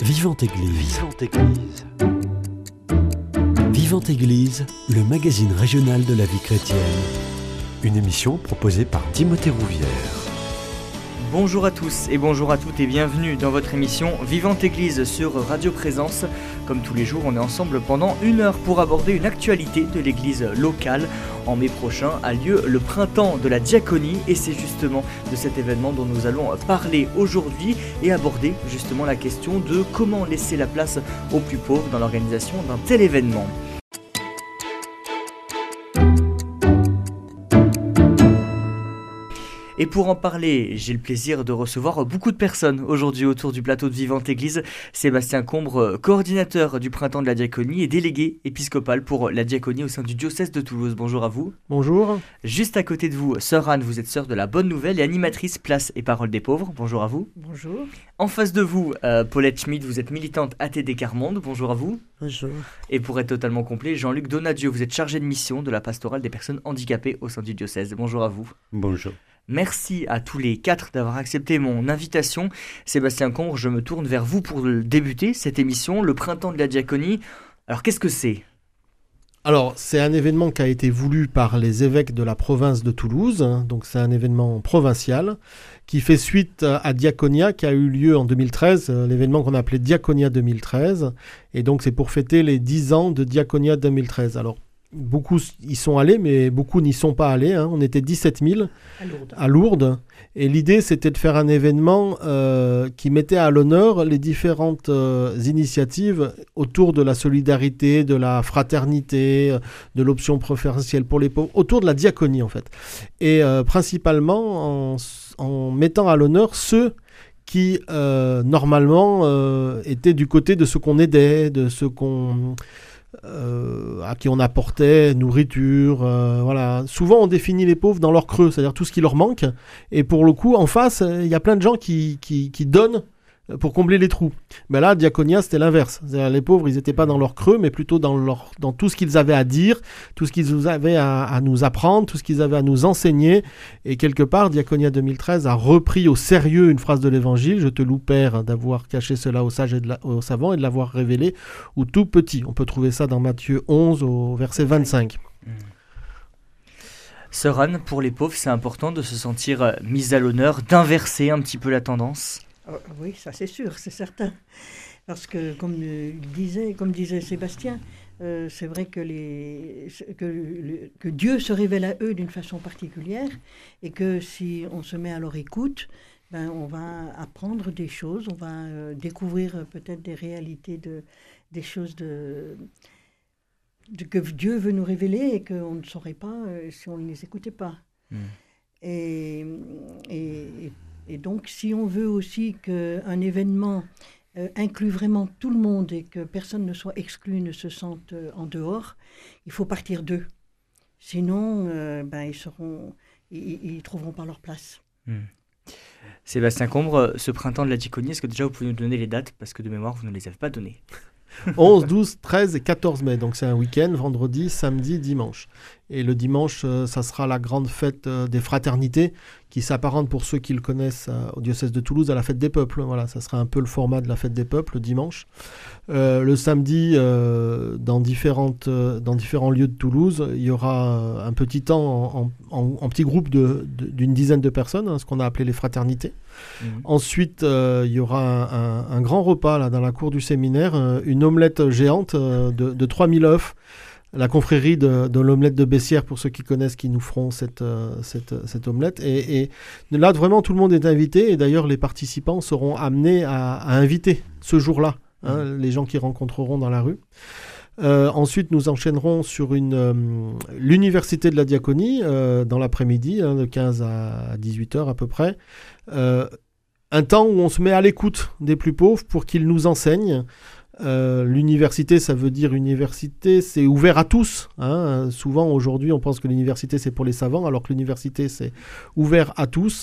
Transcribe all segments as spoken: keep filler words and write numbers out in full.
Vivante Église. Vivante Église. Vivante Église, le magazine régional de la vie chrétienne. Une émission proposée par Timothée Rouvière. Bonjour à tous et bonjour à toutes et bienvenue dans votre émission Vivante Église sur Radio Présence. Comme tous les jours, on est ensemble pendant une heure pour aborder une actualité de l'église locale. En mai prochain a lieu le printemps de la diaconie et c'est justement de cet événement dont nous allons parler aujourd'hui et aborder justement la question de comment laisser la place aux plus pauvres dans l'organisation d'un tel événement. Et pour en parler, j'ai le plaisir de recevoir beaucoup de personnes aujourd'hui autour du plateau de Vivante Église. Sébastien Combre, coordinateur du Printemps de la Diaconie et délégué épiscopal pour la diaconie au sein du diocèse de Toulouse. Bonjour à vous. Bonjour. Juste à côté de vous, sœur Anne, vous êtes sœur de la Bonne Nouvelle et animatrice Place et Parole des Pauvres. Bonjour à vous. Bonjour. En face de vous, euh, Paulette Schmidt, vous êtes militante A T D Carmonde. Bonjour à vous. Bonjour. Et pour être totalement complet, Jean-Luc Donadieu, vous êtes chargé de mission de la pastorale des personnes handicapées au sein du diocèse. Bonjour à vous. Bonjour. Merci à tous les quatre d'avoir accepté mon invitation. Sébastien Combre, je me tourne vers vous pour débuter cette émission, le Printemps de la Diaconie. Alors, qu'est-ce que c'est ? Alors, c'est un événement qui a été voulu par les évêques de la province de Toulouse. Donc, c'est un événement provincial qui fait suite à Diaconia qui a eu lieu en deux mille treize, l'événement qu'on a appelé Diaconia deux mille treize. Et donc, c'est pour fêter les dix ans de Diaconia deux mille treize. Alors, beaucoup y sont allés, mais beaucoup n'y sont pas allés. Hein. On était dix-sept mille à Lourdes. à Lourdes. Et l'idée, c'était de faire un événement euh, qui mettait à l'honneur les différentes euh, initiatives autour de la solidarité, de la fraternité, de l'option préférentielle pour les pauvres, autour de la diaconie, en fait. Et euh, principalement en, en mettant à l'honneur ceux qui, euh, normalement, euh, étaient du côté de ceux qu'on aidait, de ceux qu'on... Euh, à qui on apportait nourriture, euh, voilà. Souvent on définit les pauvres dans leur creux, c'est-à-dire tout ce qui leur manque, et pour le coup en face il y a plein de gens qui, qui, qui donnent pour combler les trous. Mais là, Diaconia, c'était l'inverse. C'est-à-dire, les pauvres, ils n'étaient pas dans leur creux, mais plutôt dans, leur, dans tout ce qu'ils avaient à dire, tout ce qu'ils avaient à, à nous apprendre, tout ce qu'ils avaient à nous enseigner. Et quelque part, Diaconia deux mille treize a repris au sérieux une phrase de l'Évangile, « Je te loue, Père, d'avoir caché cela aux sages et de la, aux savants et de l'avoir révélé aux tout petits. » On peut trouver ça dans Matthieu onze, au verset vingt-cinq. Mmh. Sœur Anne, pour les pauvres, c'est important de se sentir mise à l'honneur, d'inverser un petit peu la tendance. Oh, oui, ça c'est sûr, c'est certain. Parce que, comme, euh, disait, comme disait Sébastien, euh, c'est vrai que, les, que, le, que Dieu se révèle à eux d'une façon particulière et que si on se met à leur écoute, ben, on va apprendre des choses, on va euh, découvrir euh, peut-être des réalités, de, des choses de, de, que Dieu veut nous révéler et qu'on ne saurait pas euh, si on ne les écoutait pas. Mmh. Et, et, et Et donc, si on veut aussi qu'un événement euh, inclue vraiment tout le monde et que personne ne soit exclu, ne se sente euh, en dehors, il faut partir d'eux. Sinon, euh, ben, ils seront, ils, ils trouveront pas leur place. Mmh. Sébastien Combre, ce printemps de la diaconie, est-ce que déjà vous pouvez nous donner les dates ? Parce que de mémoire, vous ne les avez pas données. onze, douze, treize et quatorze mai. Donc c'est un week-end, vendredi, samedi, dimanche. Et le dimanche, euh, ça sera la grande fête euh, des fraternités qui s'apparente, pour ceux qui le connaissent euh, au diocèse de Toulouse, à la fête des peuples. Voilà, ça sera un peu le format de la fête des peuples le dimanche. Euh, le samedi, euh, dans, différentes, euh, dans différents lieux de Toulouse, il y aura un petit temps en, en, en petit groupe de, de, d'une dizaine de personnes, hein, ce qu'on a appelé les fraternités. Mmh. Ensuite, euh, il y aura un, un, un grand repas là, dans la cour du séminaire, euh, une omelette géante euh, de, de trois mille œufs. La confrérie de, de l'omelette de Bessières, pour ceux qui connaissent, qui nous feront cette, euh, cette, cette omelette. Et, et là, vraiment, tout le monde est invité. Et d'ailleurs, les participants seront amenés à, à inviter ce jour-là, hein, mmh. les gens qu'ils rencontreront dans la rue. Euh, ensuite, nous enchaînerons sur une, euh, l'université de la diaconie, euh, dans l'après-midi, hein, de quinze à dix-huit heures à peu près. Euh, un temps où on se met à l'écoute des plus pauvres pour qu'ils nous enseignent. Euh, l'université, ça veut dire université, c'est ouvert à tous. Hein. Souvent, aujourd'hui, on pense que l'université, c'est pour les savants, alors que l'université, c'est ouvert à tous.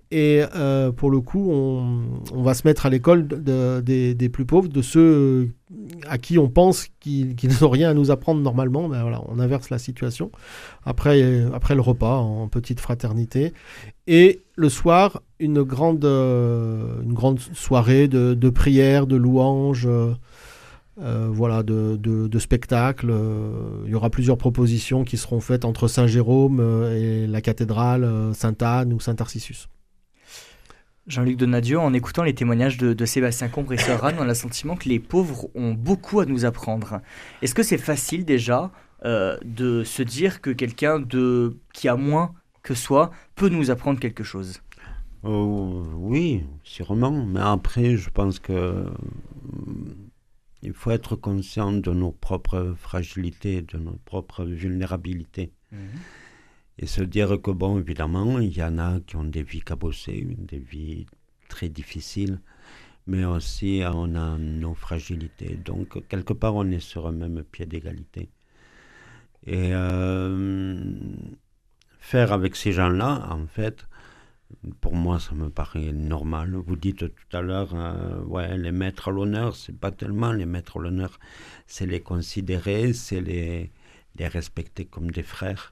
Et euh, pour le coup, on, on va se mettre à l'école de, de, des, des plus pauvres, de ceux à qui on pense qu'ils, qu'ils n'ont rien à nous apprendre normalement. Ben voilà, on inverse la situation. Après, après le repas, en petite fraternité. Et le soir, une grande, euh, une grande soirée de, de prières, de louanges, euh, euh, voilà, de, de, de spectacles. Euh, il y aura plusieurs propositions qui seront faites entre Saint-Jérôme euh, et la cathédrale euh, Sainte-Anne ou Saint-Tarcissus. Jean-Luc Donadio, en écoutant les témoignages de, de Sébastien Combre et Sœur Anne, on a le sentiment que les pauvres ont beaucoup à nous apprendre. Est-ce que c'est facile déjà euh, de se dire que quelqu'un de, qui a moins que soi peut nous apprendre quelque chose ? Oh, oui, sûrement. Mais après, je pense que euh, il faut être conscient de nos propres fragilités, de nos propres vulnérabilités. Mmh. Et se dire que, bon, évidemment, il y en a qui ont des vies cabossées, des vies très difficiles, mais aussi on a nos fragilités. Donc, quelque part, on est sur un même pied d'égalité. Et euh, faire avec ces gens-là, en fait, pour moi, ça me paraît normal. Vous dites tout à l'heure, euh, ouais, les mettre à l'honneur, c'est pas tellement les mettre à l'honneur, c'est les considérer, c'est les, les respecter comme des frères.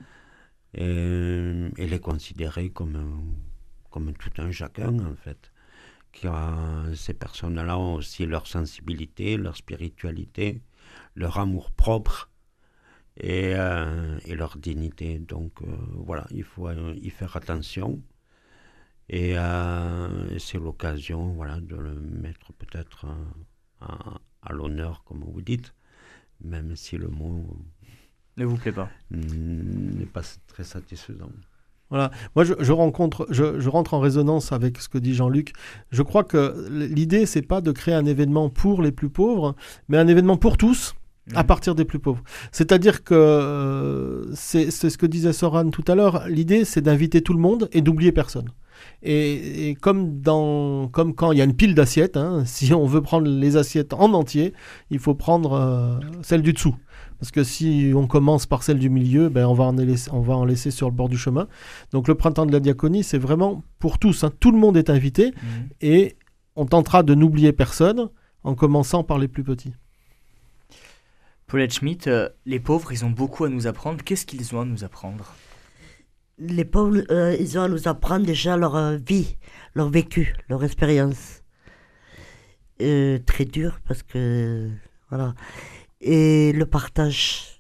Et, et les considérer comme, comme tout un chacun, en fait. Qui a, ces personnes-là ont aussi leur sensibilité, leur spiritualité, leur amour propre et, euh, et leur dignité. Donc euh, voilà, il faut euh, y faire attention. Et euh, c'est l'occasion, voilà, de le mettre peut-être euh, à, à l'honneur, comme vous dites, même si le mot... ne vous plaît pas, n'est pas très satisfaisant. Voilà. Moi, je, je, rencontre, je, je rentre en résonance avec ce que dit Jean-Luc. Je crois que l'idée, c'est pas de créer un événement pour les plus pauvres, mais un événement pour tous, mmh. à partir des plus pauvres. C'est-à-dire que, euh, c'est, c'est ce que disait Sœur Anne tout à l'heure, l'idée, c'est d'inviter tout le monde et d'oublier personne. Et, et comme, dans, comme quand il y a une pile d'assiettes, hein, si on veut prendre les assiettes en entier, il faut prendre euh, celle du dessous. Parce que si on commence par celle du milieu, ben on, va en laisser, on va en laisser sur le bord du chemin. Donc le printemps de la diaconie, c'est vraiment pour tous. Hein. Tout le monde est invité mmh. et on tentera de n'oublier personne en commençant par les plus petits. Paulette Schmitt, euh, les pauvres, ils ont beaucoup à nous apprendre. Qu'est-ce qu'ils ont à nous apprendre ? Les pauvres, euh, ils ont à nous apprendre déjà leur euh, vie, leur vécu, leur expérience. Euh, très dur parce que... voilà. Et le partage.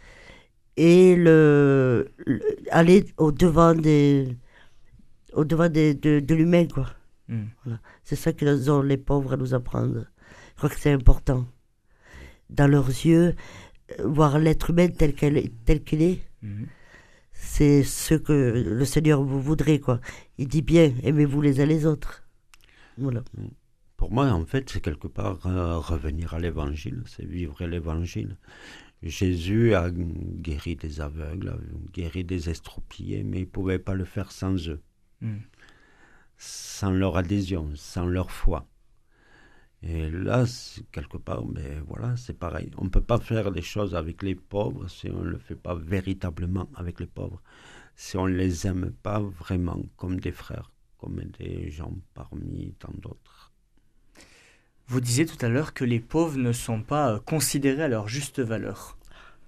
Et le, le aller au-devant des... au-devant des, de, de l'humain, quoi. Mm. Voilà. C'est ça qu'ils ont, les pauvres, à nous apprendre. Je crois que c'est important. Dans leurs yeux, voir l'être humain tel, qu'elle, tel qu'il est, mm. c'est ce que le Seigneur vous voudrait, quoi. Il dit bien, aimez-vous les uns les autres. Voilà. Pour moi, en fait, c'est quelque part euh, revenir à l'évangile, c'est vivre l'évangile. Jésus a guéri des aveugles, a guéri des estropiés, mais il ne pouvait pas le faire sans eux, mm. sans leur adhésion, sans leur foi. Et là, quelque part, ben voilà, c'est pareil. On ne peut pas faire les choses avec les pauvres si on ne le fait pas véritablement avec les pauvres, si on ne les aime pas vraiment comme des frères, comme des gens parmi tant d'autres. Vous disiez tout à l'heure que les pauvres ne sont pas considérés à leur juste valeur.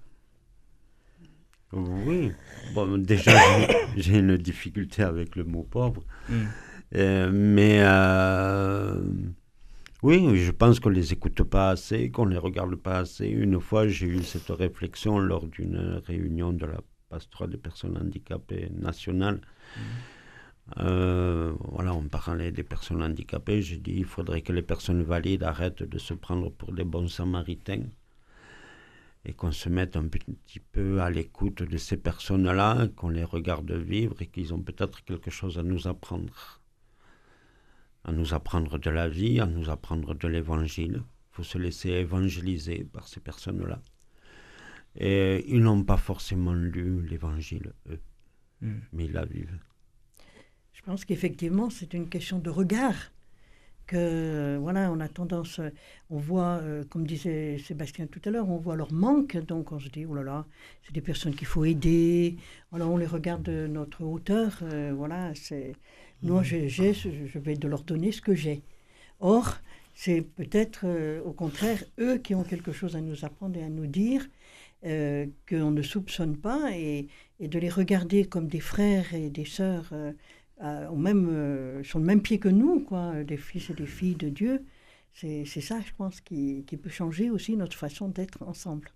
Oui, bon, déjà j'ai, j'ai une difficulté avec le mot pauvre, mm. euh, mais euh, oui, je pense qu'on ne les écoute pas assez, qu'on ne les regarde pas assez. Une fois, j'ai eu cette réflexion lors d'une réunion de la pastorale des personnes handicapées nationale. Mm. Euh, voilà, on parlait des personnes handicapées. J'ai dit il faudrait que les personnes valides arrêtent de se prendre pour des bons samaritains et qu'on se mette un petit peu à l'écoute de ces personnes-là, qu'on les regarde vivre et qu'ils ont peut-être quelque chose à nous apprendre. À nous apprendre de la vie, à nous apprendre de l'évangile. Il faut se laisser évangéliser par ces personnes-là. Et ils n'ont pas forcément lu l'évangile, eux, mm. mais ils la vivent. Je pense qu'effectivement, c'est une question de regard. Que, voilà, on a tendance, on voit, euh, comme disait Sébastien tout à l'heure, on voit leur manque, donc on se dit, oh là là, c'est des personnes qu'il faut aider, voilà, on les regarde de notre hauteur, euh, voilà, c'est... Moi, j'ai, j'ai, je vais de leur donner ce que j'ai. Or, c'est peut-être, euh, au contraire, eux qui ont quelque chose à nous apprendre et à nous dire, euh, qu'on ne soupçonne pas, et, et de les regarder comme des frères et des sœurs euh, à, au même, euh, sur le même pied que nous, quoi, des fils et des filles de Dieu. C'est, c'est ça, je pense, qui, qui peut changer aussi notre façon d'être ensemble.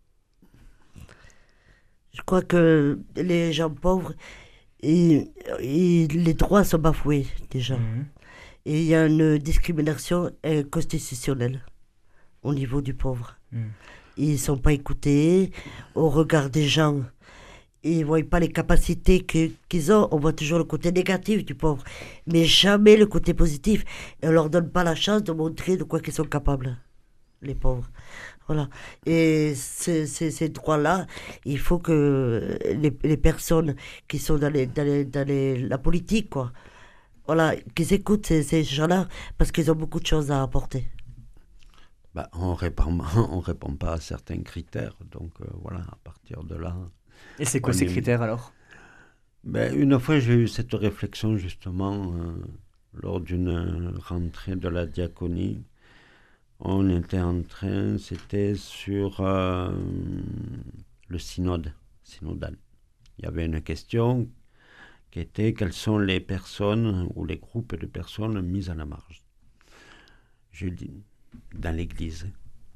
Je crois que les gens pauvres, et, et les droits sont bafoués déjà. Mmh. Et il y a une discrimination euh, constitutionnelle au niveau du pauvre. Mmh. Ils ne sont pas écoutés au regard des gens. Ils ne voient pas les capacités que, qu'ils ont. On voit toujours le côté négatif du pauvre, mais jamais le côté positif. Et on ne leur donne pas la chance de montrer de quoi ils sont capables, les pauvres. Voilà. Et ces, ces, ces droits-là, il faut que les, les personnes qui sont dans, les, dans, les, dans les, la politique, quoi, voilà, qu'ils écoutent ces, ces gens-là, parce qu'ils ont beaucoup de choses à apporter. Bah, on répond, on répond pas à certains critères, donc euh, voilà, à partir de là... Et c'est quoi ces est... critères alors? Ben, une fois, j'ai eu cette réflexion justement euh, lors d'une rentrée de la diaconie. On était en train, c'était sur euh, le synode, synodal. Il y avait une question qui était quelles sont les personnes ou les groupes de personnes mises à la marge. Je dis, dans l'Église.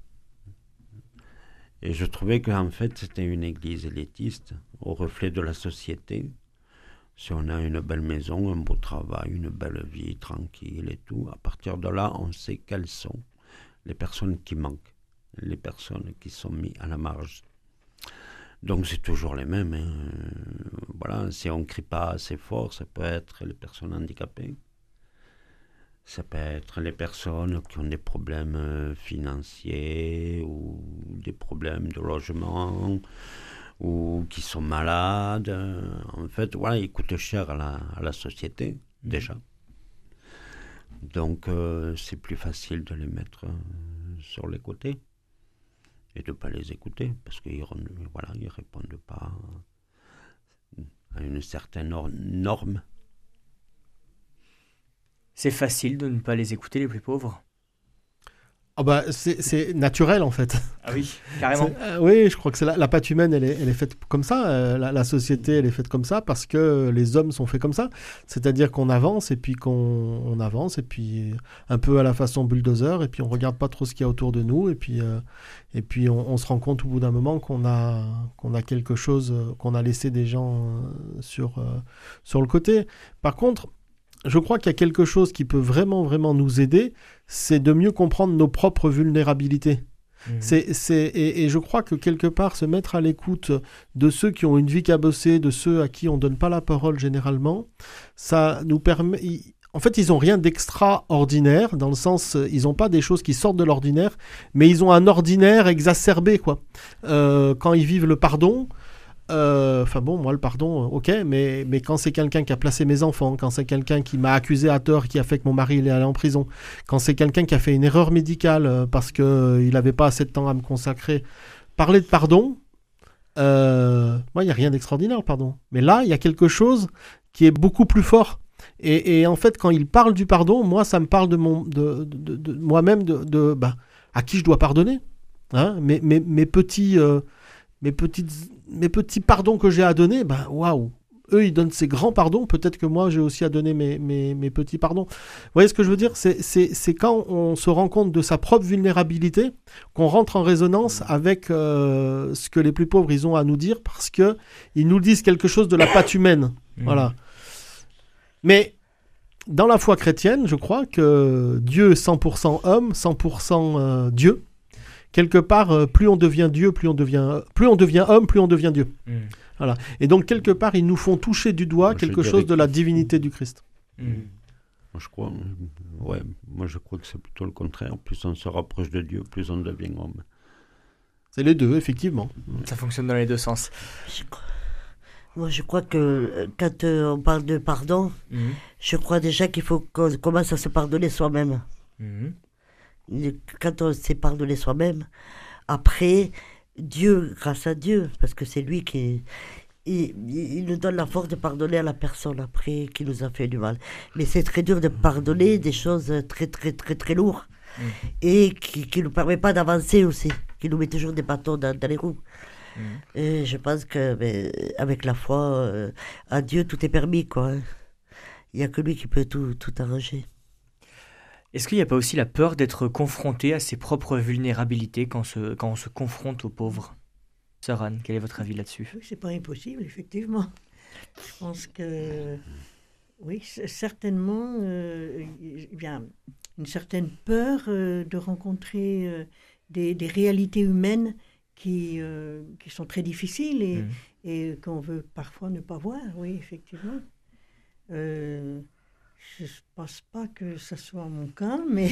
Et je trouvais qu'en fait, c'était une Église élitiste, au reflet de la société. Si on a une belle maison, un beau travail, une belle vie, tranquille et tout, à partir de là, on sait quelles sont les personnes qui manquent, les personnes qui sont mises à la marge. Donc c'est toujours les mêmes. Hein. Voilà, si on ne crie pas assez fort, ça peut être les personnes handicapées, ça peut être les personnes qui ont des problèmes financiers ou des problèmes de logement ou qui sont malades. En fait, voilà, ils coûtent cher à la, à la société, déjà. Donc, euh, c'est plus facile de les mettre euh, sur les côtés et de ne pas les écouter parce qu'ils voilà, ils répondent pas à une certaine or- norme. C'est facile de ne pas les écouter, les plus pauvres? Ah bah, c'est, c'est naturel en fait. Ah oui, carrément. Euh, oui, je crois que c'est la, la patte humaine, elle est, elle est faite comme ça. Euh, la, la société, elle est faite comme ça parce que les hommes sont faits comme ça. C'est-à-dire qu'on avance et puis qu'on on avance et puis un peu à la façon bulldozer et puis on regarde pas trop ce qu'il y a autour de nous et puis euh, et puis on, on se rend compte au bout d'un moment qu'on a qu'on a quelque chose, qu'on a laissé des gens euh, sur euh, sur le côté. Par contre, je crois qu'il y a quelque chose qui peut vraiment, vraiment nous aider, c'est de mieux comprendre nos propres vulnérabilités. Mmh. C'est, c'est, et, et je crois que quelque part, se mettre à l'écoute de ceux qui ont une vie cabossée, de ceux à qui on ne donne pas la parole généralement, ça nous permet... En fait, ils n'ont rien d'extraordinaire, dans le sens, ils n'ont pas des choses qui sortent de l'ordinaire, mais ils ont un ordinaire exacerbé, quoi. Euh, quand ils vivent le pardon... Enfin euh, bon, moi le pardon, ok, mais, mais quand c'est quelqu'un qui a placé mes enfants, quand c'est quelqu'un qui m'a accusé à tort, qui a fait que mon mari il est allé en prison, quand c'est quelqu'un qui a fait une erreur médicale euh, parce qu'il euh, n'avait pas assez de temps à me consacrer, parler de pardon, euh, moi il n'y a rien d'extraordinaire, pardon. Mais là, il y a quelque chose qui est beaucoup plus fort. Et, et en fait, quand il parle du pardon, moi ça me parle de, mon, de, de, de, de moi-même, de, de, bah, à qui je dois pardonner, hein, mes, mes, mes petits... Euh, Mes, petites, mes petits pardons que j'ai à donner, ben waouh, eux ils donnent ces grands pardons, peut-être que moi j'ai aussi à donner mes, mes, mes petits pardons. Vous voyez ce que je veux dire, c'est, c'est, c'est quand on se rend compte de sa propre vulnérabilité qu'on rentre en résonance avec euh, ce que les plus pauvres ils ont à nous dire parce qu'ils nous disent quelque chose de la patte humaine. Mmh. Voilà. Mais dans la foi chrétienne, je crois que Dieu est cent pour cent homme, cent pour cent euh, Dieu. Quelque part, euh, plus on devient Dieu, plus on devient, plus on devient homme, plus on devient Dieu. Mmh. Voilà. Et donc, quelque part, ils nous font toucher du doigt moi, quelque chose de la divinité du Christ. Mmh. Moi, je crois, ouais, moi, je crois que c'est plutôt le contraire. Plus on se rapproche de Dieu, plus on devient homme. C'est les deux, effectivement. Ça fonctionne dans les deux sens. Je crois, moi, je crois que quand euh, on parle de pardon, mmh. je crois déjà qu'il faut qu'on commence à se pardonner soi-même. Mmh. Quand on s'est pardonné soi-même, après, Dieu, grâce à Dieu, parce que c'est lui qui... il, il nous donne la force de pardonner à la personne après qui nous a fait du mal. Mais c'est très dur de pardonner des choses très, très, très, très lourdes. Mmh. Et qui ne nous permet pas d'avancer aussi, qui nous met toujours des bâtons dans, dans les roues. Mmh. Et je pense qu'avec la foi, euh, à Dieu, tout est permis, quoi. Il n'y a que lui qui peut tout, tout arranger. Est-ce qu'il n'y a pas aussi la peur d'être confronté à ses propres vulnérabilités quand, se, quand on se confronte aux pauvres? Sœur Anne, quel est votre avis là-dessus? Oui, c'est pas impossible, effectivement. Je pense que, oui, certainement, euh, il y a une certaine peur euh, de rencontrer euh, des, des réalités humaines qui, euh, qui sont très difficiles et, mmh. et qu'on veut parfois ne pas voir, oui, effectivement. Euh, je ne pense pas que ce soit mon cas, mais,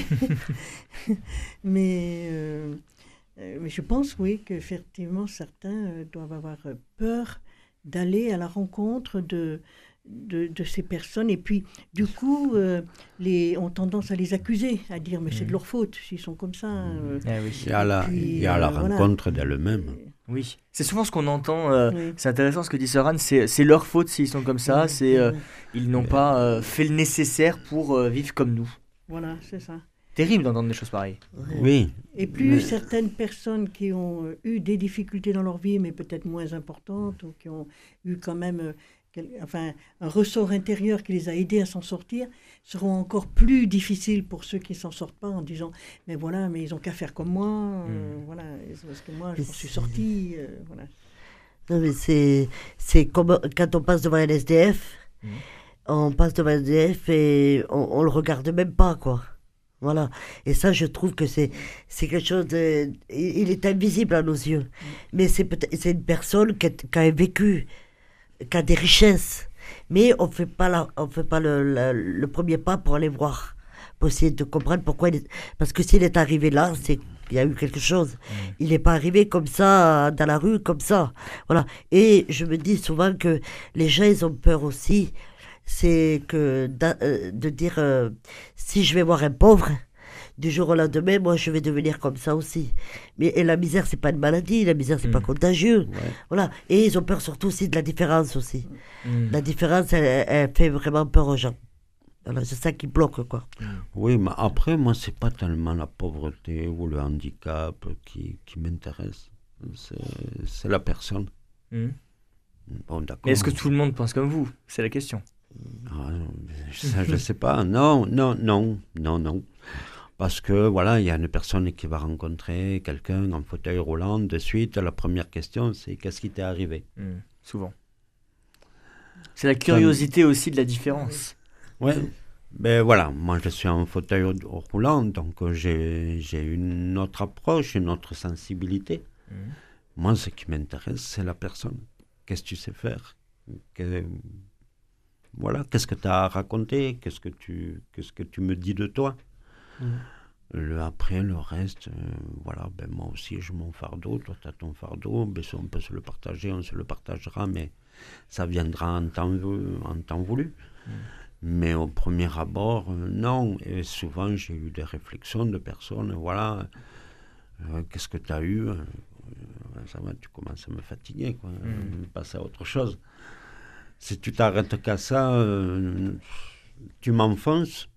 mais, euh, mais je pense, oui, qu'effectivement, certains euh, doivent avoir peur d'aller à la rencontre de, de, de ces personnes. Et puis, du coup, euh, les, ont tendance à les accuser, à dire, mais mmh. c'est de leur faute, s'ils sont comme ça. Euh, ah oui. Il y a la, puis, il y a la euh, rencontre voilà. d'elle-même. Oui, c'est souvent ce qu'on entend, euh, oui. c'est intéressant ce que dit Sœur Anne, c'est, c'est leur faute s'ils sont comme ça, oui, c'est, euh, ils n'ont pas euh, fait le nécessaire pour euh, vivre comme nous. Voilà, c'est ça. Terrible d'entendre des choses pareilles. Oui. Et plus mais... certaines personnes qui ont eu des difficultés dans leur vie, mais peut-être moins importantes, ou qui ont eu quand même euh, quel, enfin, un ressort intérieur qui les a aidés à s'en sortir, seront encore plus difficiles pour ceux qui ne s'en sortent pas en disant « mais voilà, mais ils n'ont qu'à faire comme moi, euh, mmh. voilà, parce que moi, je m'en suis sortie. Euh, » voilà. Non, mais c'est, c'est comme quand on passe devant un S D F, mmh. on passe devant un S D F et on ne le regarde même pas, quoi. Voilà. Et ça, je trouve que c'est, c'est quelque chose de... Il est invisible à nos yeux. Mmh. Mais c'est, peut-être, c'est une personne qui a, qui a vécu, qui a des richesses. Mais on ne fait pas, la, on fait pas le, le, le premier pas pour aller voir, pour essayer de comprendre pourquoi il est... Parce que s'il est arrivé là, c'est qu'il y a eu quelque chose. Mmh. Il n'est pas arrivé comme ça, dans la rue, comme ça. Voilà. Et je me dis souvent que les gens, ils ont peur aussi. C'est que de, de dire, euh, si je vais voir un pauvre, du jour au lendemain, moi, je vais devenir comme ça aussi. Mais et la misère, c'est pas une maladie, la misère, c'est mmh. pas contagieux. Ouais. Voilà. Et ils ont peur surtout aussi de la différence aussi. Mmh. La différence, elle, elle fait vraiment peur aux gens. Voilà, c'est ça qui bloque, quoi. Mmh. Oui, mais après, moi, c'est pas tellement la pauvreté ou le handicap qui, qui m'intéresse. C'est, c'est la personne. Mmh. Bon, d'accord. Mais est-ce que tout le monde pense comme vous? C'est la question. Ah, ça, je ne sais pas. Non, non, non, non, non. Parce que, voilà, il y a une personne qui va rencontrer quelqu'un en fauteuil roulant. De suite, la première question, c'est qu'est-ce qui t'est arrivé? Mmh, souvent. C'est la curiosité Ça, aussi de la différence. Oui. Ben voilà, moi je suis en fauteuil roulant, donc j'ai, j'ai une autre approche, une autre sensibilité. Mmh. Moi, ce qui m'intéresse, c'est la personne. Qu'est-ce que tu sais faire? que, Voilà, qu'est-ce que tu as à raconter? Qu'est-ce que tu, qu'est-ce que tu me dis de toi? Mmh. Le, après, le reste, euh, voilà, ben moi aussi, j'ai mon fardeau, toi, tu as ton fardeau, ben, si on peut se le partager, on se le partagera, mais ça viendra en temps, en temps voulu. Mmh. Mais au premier abord, euh, non. Et souvent, j'ai eu des réflexions de personnes, voilà, euh, qu'est-ce que tu as eu? euh, Ça va, tu commences à me fatiguer, quoi, mmh. passer à autre chose. Si tu t'arrêtes qu'à ça, euh, tu m'enfonces.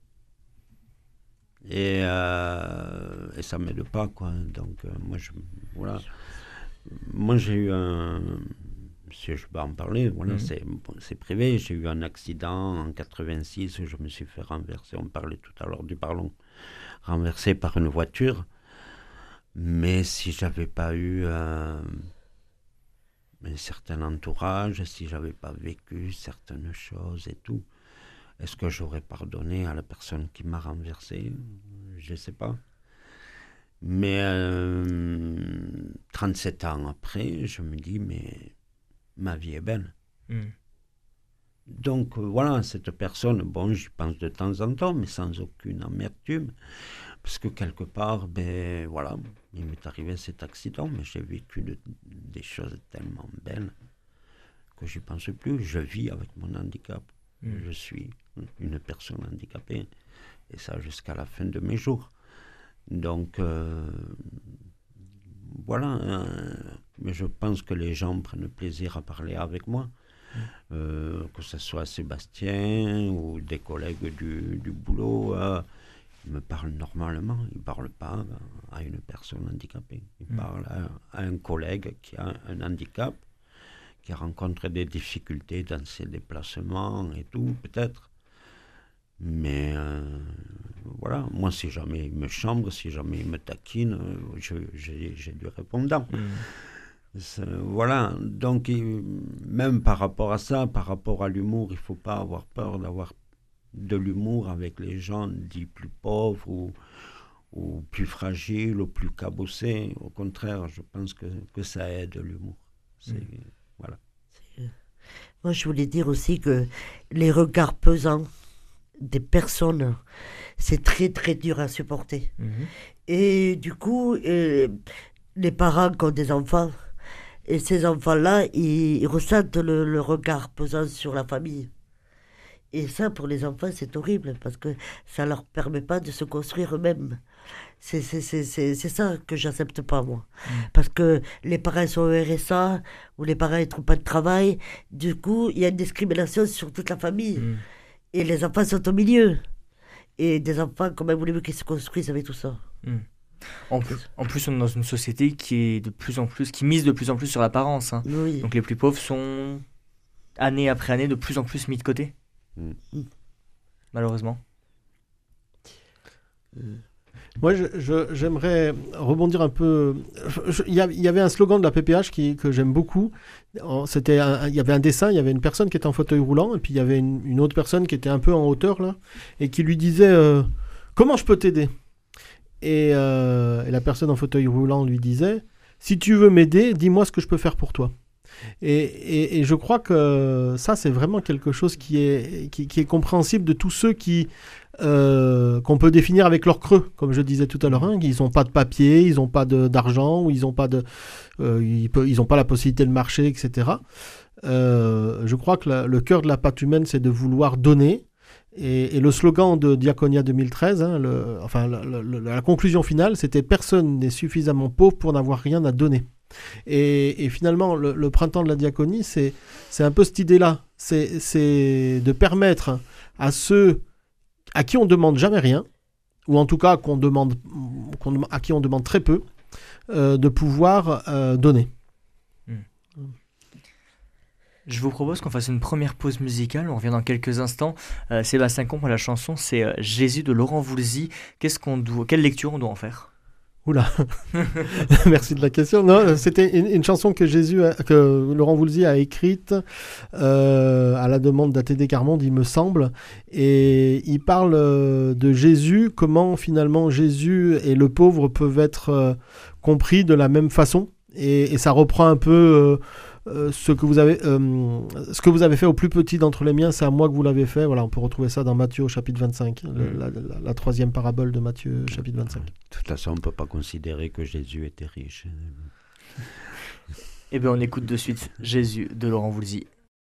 Et, euh, et ça ne m'aide pas, quoi. Donc, euh, moi, je, voilà. Moi, j'ai eu un... Si je peux en parler, voilà, mmh. c'est, bon, c'est privé. J'ai eu un accident en quatre-vingt-six où je me suis fait renverser. On parlait tout à l'heure du ballon. Renversé par une voiture. Mais si je n'avais pas eu euh, un certain entourage, si je n'avais pas vécu certaines choses et tout, est-ce que j'aurais pardonné à la personne qui m'a renversé? Je ne sais pas. Mais euh, trente-sept ans après, je me dis, mais ma vie est belle. Mm. Donc euh, voilà, cette personne, bon, j'y pense de temps en temps, mais sans aucune amertume. Parce que quelque part, ben voilà, il m'est arrivé cet accident, mais j'ai vécu de, des choses tellement belles que je n'y pense plus. Je vis avec mon handicap. Mm. Je suis une personne handicapée. Et ça jusqu'à la fin de mes jours. Donc, euh, voilà, euh, mais je pense que les gens prennent plaisir à parler avec moi. Euh, que ce soit Sébastien ou des collègues du, du boulot, euh, ils me parlent normalement, ils ne parlent pas à une personne handicapée. Ils mmh. parlent à, à un collègue qui a un handicap, qui rencontre des difficultés dans ses déplacements et tout, peut-être. Mais euh, voilà, moi, si jamais il me chambre, si jamais il me taquine, je, j'ai, j'ai du répondant. Mmh. C'est, voilà, donc il, même par rapport à ça, par rapport à l'humour, il ne faut pas avoir peur d'avoir de l'humour avec les gens dits plus pauvres ou, ou plus fragiles ou plus cabossés. Au contraire, je pense que, que ça aide l'humour. C'est, mmh. voilà. C'est, euh, moi, je voulais dire aussi que les regards pesants des personnes, c'est très très dur à supporter. Mmh. Et du coup, euh, les parents qui ont des enfants, et ces enfants-là, ils, ils ressentent le, le regard pesant sur la famille. Et ça, pour les enfants, c'est horrible, parce que ça ne leur permet pas de se construire eux-mêmes. C'est, c'est, c'est, c'est, c'est ça que j'accepte pas, moi. Mmh. Parce que les parents sont au R S A, ou les parents ne trouvent pas de travail. Du coup, il y a une discrimination sur toute la famille. Mmh. Et les enfants sont au milieu. Et des enfants, comment voulez-vous qu'ils se construisent avec tout ça? Mmh. En plus, en plus, on est dans une société qui est de plus en plus, qui mise de plus en plus sur l'apparence. Hein. Oui. Donc les plus pauvres sont, année après année, de plus en plus mis de côté. Mmh. Malheureusement. Moi, je, je, j'aimerais rebondir un peu. Il y, y avait un slogan de la P P H qui, que j'aime beaucoup. C'était il y avait un dessin, il y avait une personne qui était en fauteuil roulant, et puis il y avait une, une autre personne qui était un peu en hauteur, là, et qui lui disait euh, « Comment je peux t'aider ?» Et, euh, et la personne en fauteuil roulant lui disait « Si tu veux m'aider, dis-moi ce que je peux faire pour toi. » et, et, et je crois que ça, c'est vraiment quelque chose qui est, qui, qui est compréhensible de tous ceux qui, euh, qu'on peut définir avec leur creux, comme je disais tout à l'heure. Hein, ils n'ont pas de papier, ils n'ont pas de, d'argent, ou ils n'ont pas, de, euh, ils peut, ils ont pas la possibilité de marcher, et cetera. Euh, je crois que la, le cœur de la pâte humaine, c'est de vouloir donner. Et, et le slogan de Diaconia deux mille treize, hein, le, enfin la, la, la conclusion finale, c'était « Personne n'est suffisamment pauvre pour n'avoir rien à donner ». Et, et finalement, le, le printemps de la diaconie, c'est, c'est un peu cette idée-là. C'est, c'est de permettre à ceux à qui on ne demande jamais rien, ou en tout cas qu'on demande, qu'on, à qui on demande très peu, euh, de pouvoir euh, donner. Je vous propose qu'on fasse une première pause musicale. On revient dans quelques instants. Euh, Sébastien Combe, la chanson, c'est euh, Jésus de Laurent Voulzy. Qu'est-ce qu'on doit, quelle lecture on doit en faire? Oula, merci de la question. Non, c'était une, une chanson que Jésus, a, que Laurent Voulzy a écrite euh, à la demande d'A T D Carmonde, il me semble, et il parle euh, de Jésus, comment finalement Jésus et le pauvre peuvent être euh, compris de la même façon, et, et ça reprend un peu euh, euh, ce que vous avez, euh, ce que vous avez fait au plus petit d'entre les miens, c'est à moi que vous l'avez fait. Voilà, on peut retrouver ça dans Matthieu au chapitre vingt-cinq, mmh. le, la, la, la troisième parabole de Matthieu chapitre vingt-cinq. De toute façon, on ne peut pas considérer que Jésus était riche. Eh bien, on écoute de suite Jésus de Laurent Voulzy.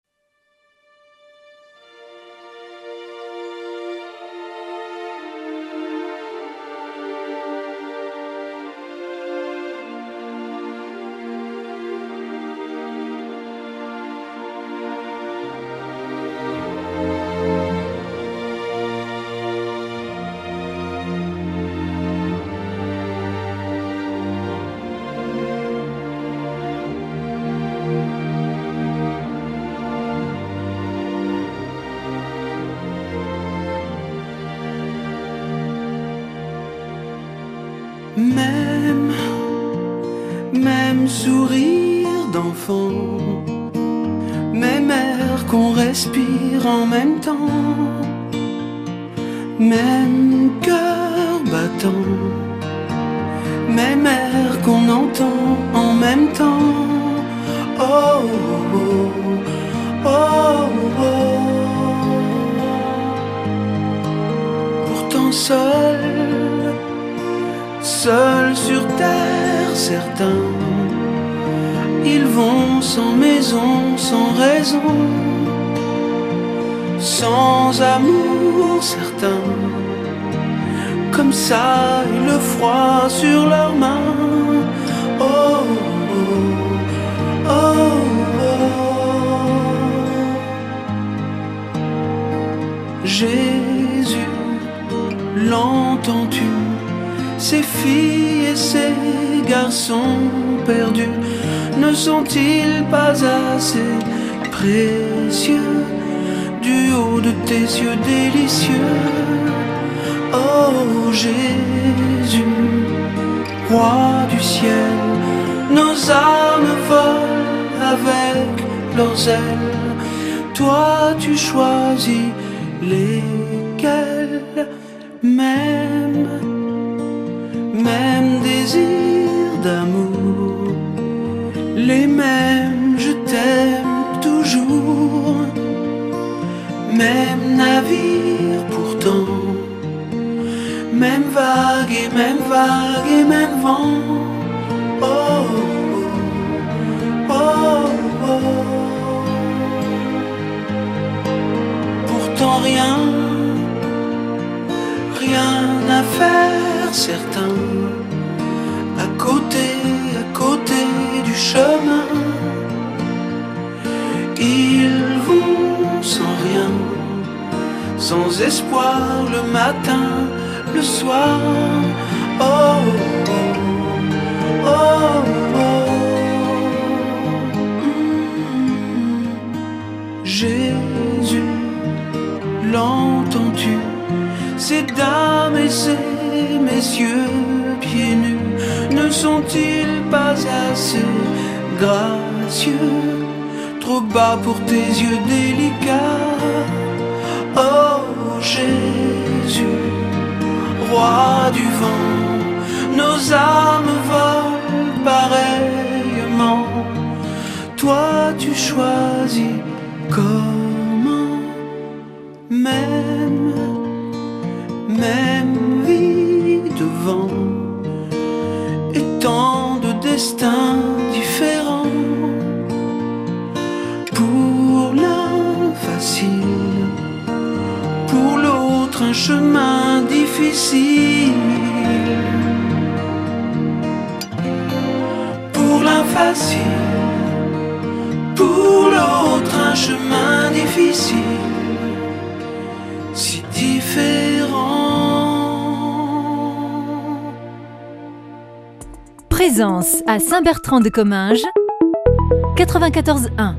Même, même sourire d'enfant, même air qu'on respire en même temps, même cœur battant, même air qu'on entend en même temps. Oh, oh, oh, oh, oh. Pourtant seul, seuls sur terre, certains, ils vont sans maison, sans raison, sans amour, certains, comme ça, et le froid sur leurs mains. Oh, oh, Jésus, l'entends-tu? Ces filles et ces garçons perdus ne sont-ils pas assez précieux du haut de tes yeux délicieux? Oh Jésus, roi du ciel, nos âmes volent avec leurs ailes. Toi tu choisis lesquelles, même, même désirs d'amour, les mêmes je t'aime toujours, même navire pourtant, même vague et même vague et même vent. Oh, oh, oh, oh. Pourtant rien, rien à faire, certain, à côté, à côté du chemin. Ils vont sans rien, sans espoir le matin, le soir. Oh, oh, oh, oh. Mmh. Jésus, l'entends-tu? Ces dames et ces messieurs pieds nus ne sont-ils pas assez gracieux, trop bas pour tes yeux délicats? Oh Jésus, roi du vent, nos âmes volent pareillement. Toi tu choisis comment, même, même vie devant, et tant de destins différents. Pour l'un facile, pour l'autre un chemin difficile. Pour l'un facile, pour l'autre un chemin difficile, si différent. Présence à Saint-Bertrand-de-Comminges, quatre-vingt-quatorze un.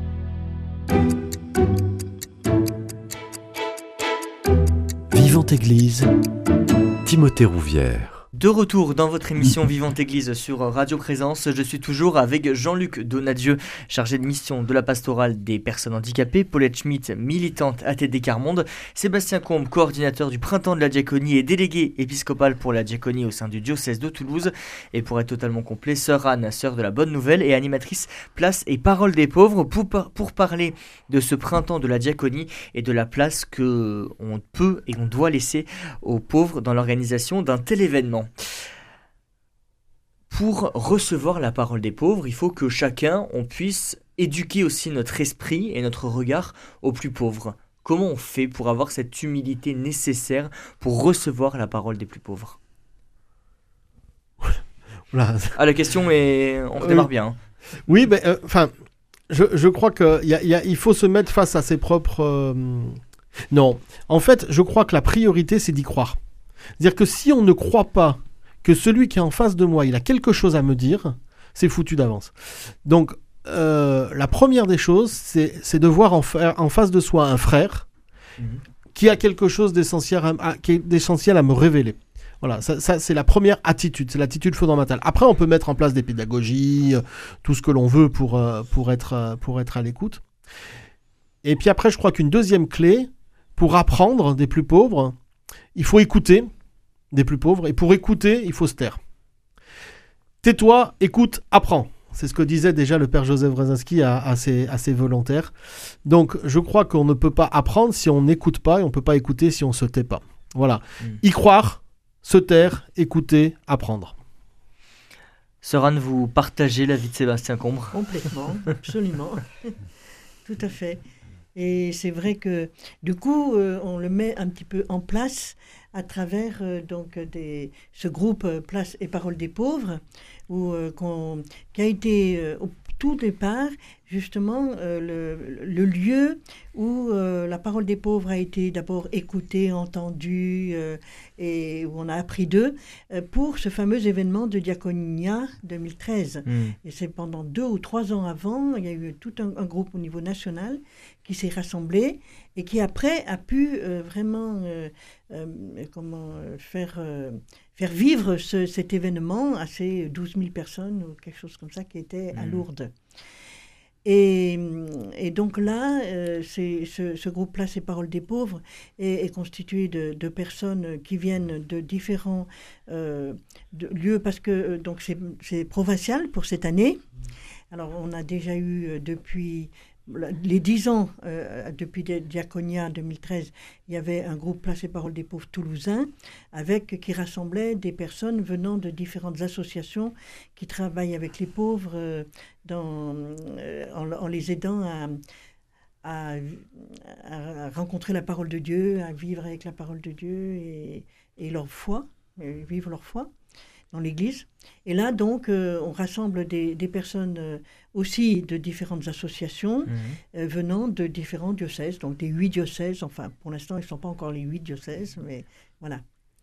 Vivante Église, Timothée Rouvière. De retour dans votre émission Vivante Église sur Radio Présence, je suis toujours avec Jean-Luc Donadieu, chargé de mission de la pastorale des personnes handicapées, Paulette Schmitt, militante A T D Carmonde, Sébastien Combe, coordinateur du Printemps de la Diaconie et délégué épiscopal pour la Diaconie au sein du diocèse de Toulouse, et pour être totalement complet, sœur Anne, sœur de la Bonne Nouvelle et animatrice Place et Parole des Pauvres, pour, pour parler de ce Printemps de la Diaconie et de la place que on peut et on doit laisser aux pauvres dans l'organisation d'un tel événement. Pour recevoir la parole des pauvres, il faut que chacun, on puisse éduquer aussi notre esprit et notre regard aux plus pauvres. Comment on fait pour avoir cette humilité nécessaire pour recevoir la parole des plus pauvres? Voilà. Ah, la question est... On redémarre oui. bien. Oui, mais enfin, euh, je, je crois qu'il y a, y a, il faut se mettre face à ses propres... Euh... Non, en fait, je crois que la priorité, c'est d'y croire. C'est-à-dire que si on ne croit pas que celui qui est en face de moi, il a quelque chose à me dire, c'est foutu d'avance. Donc, euh, la première des choses, c'est, c'est de voir en, fa- en face de soi un frère mmh. qui a quelque chose d'essentiel à, à, qui est d'essentiel à me révéler. Voilà, ça, ça, c'est la première attitude, c'est l'attitude fondamentale. Après, on peut mettre en place des pédagogies, euh, tout ce que l'on veut pour, euh, pour, être, euh, pour être à l'écoute. Et puis après, je crois qu'une deuxième clé, pour apprendre des plus pauvres, il faut écouter des plus pauvres, et pour écouter, il faut se taire. Tais-toi, écoute, apprends. C'est ce que disait déjà le père Joseph Wrezinski à, à, ses, à ses volontaires. Donc, je crois qu'on ne peut pas apprendre si on n'écoute pas, et on ne peut pas écouter si on ne se tait pas. Voilà. Mmh. Y croire, se taire, écouter, apprendre. Sœur Anne, vous partagez l'avis de Sébastien Combre? Complètement, absolument. Tout à fait. Et c'est vrai que, du coup, euh, on le met un petit peu en place à travers euh, donc, des, ce groupe euh, Place et Parole des Pauvres, où, euh, qu'on, qui a été, euh, au tout départ, justement euh, le, le lieu où euh, la parole des pauvres a été d'abord écoutée, entendue euh, et où on a appris d'eux euh, pour ce fameux événement de Diaconia deux mille treize. Mmh. Et c'est pendant deux ou trois ans avant, il y a eu tout un, un groupe au niveau national qui s'est rassemblé et qui après a pu euh, vraiment euh, euh, comment, faire, euh, faire vivre ce, cet événement à ces douze mille personnes ou quelque chose comme ça qui était mmh. à Lourdes. Et, et donc là, euh, c'est, ce, ce groupe-là, ces Paroles des pauvres, est, est constitué de, de personnes qui viennent de différents euh, de lieux, parce que euh, donc c'est, c'est provincial pour cette année. Alors on a déjà eu euh, depuis les dix ans, euh, depuis Diaconia deux mille treize, il y avait un groupe Place et Paroles des pauvres toulousains avec, qui rassemblait des personnes venant de différentes associations qui travaillent avec les pauvres euh, dans, euh, en, en les aidant à, à, à rencontrer la parole de Dieu, à vivre avec la parole de Dieu et, et leur foi, et vivre leur foi dans l'Église. Et là, donc, euh, on rassemble des, des personnes euh, aussi de différentes associations mmh. euh, venant de différents diocèses, donc des huit diocèses. Enfin, pour l'instant, ils ne sont pas encore les huit diocèses, mais voilà.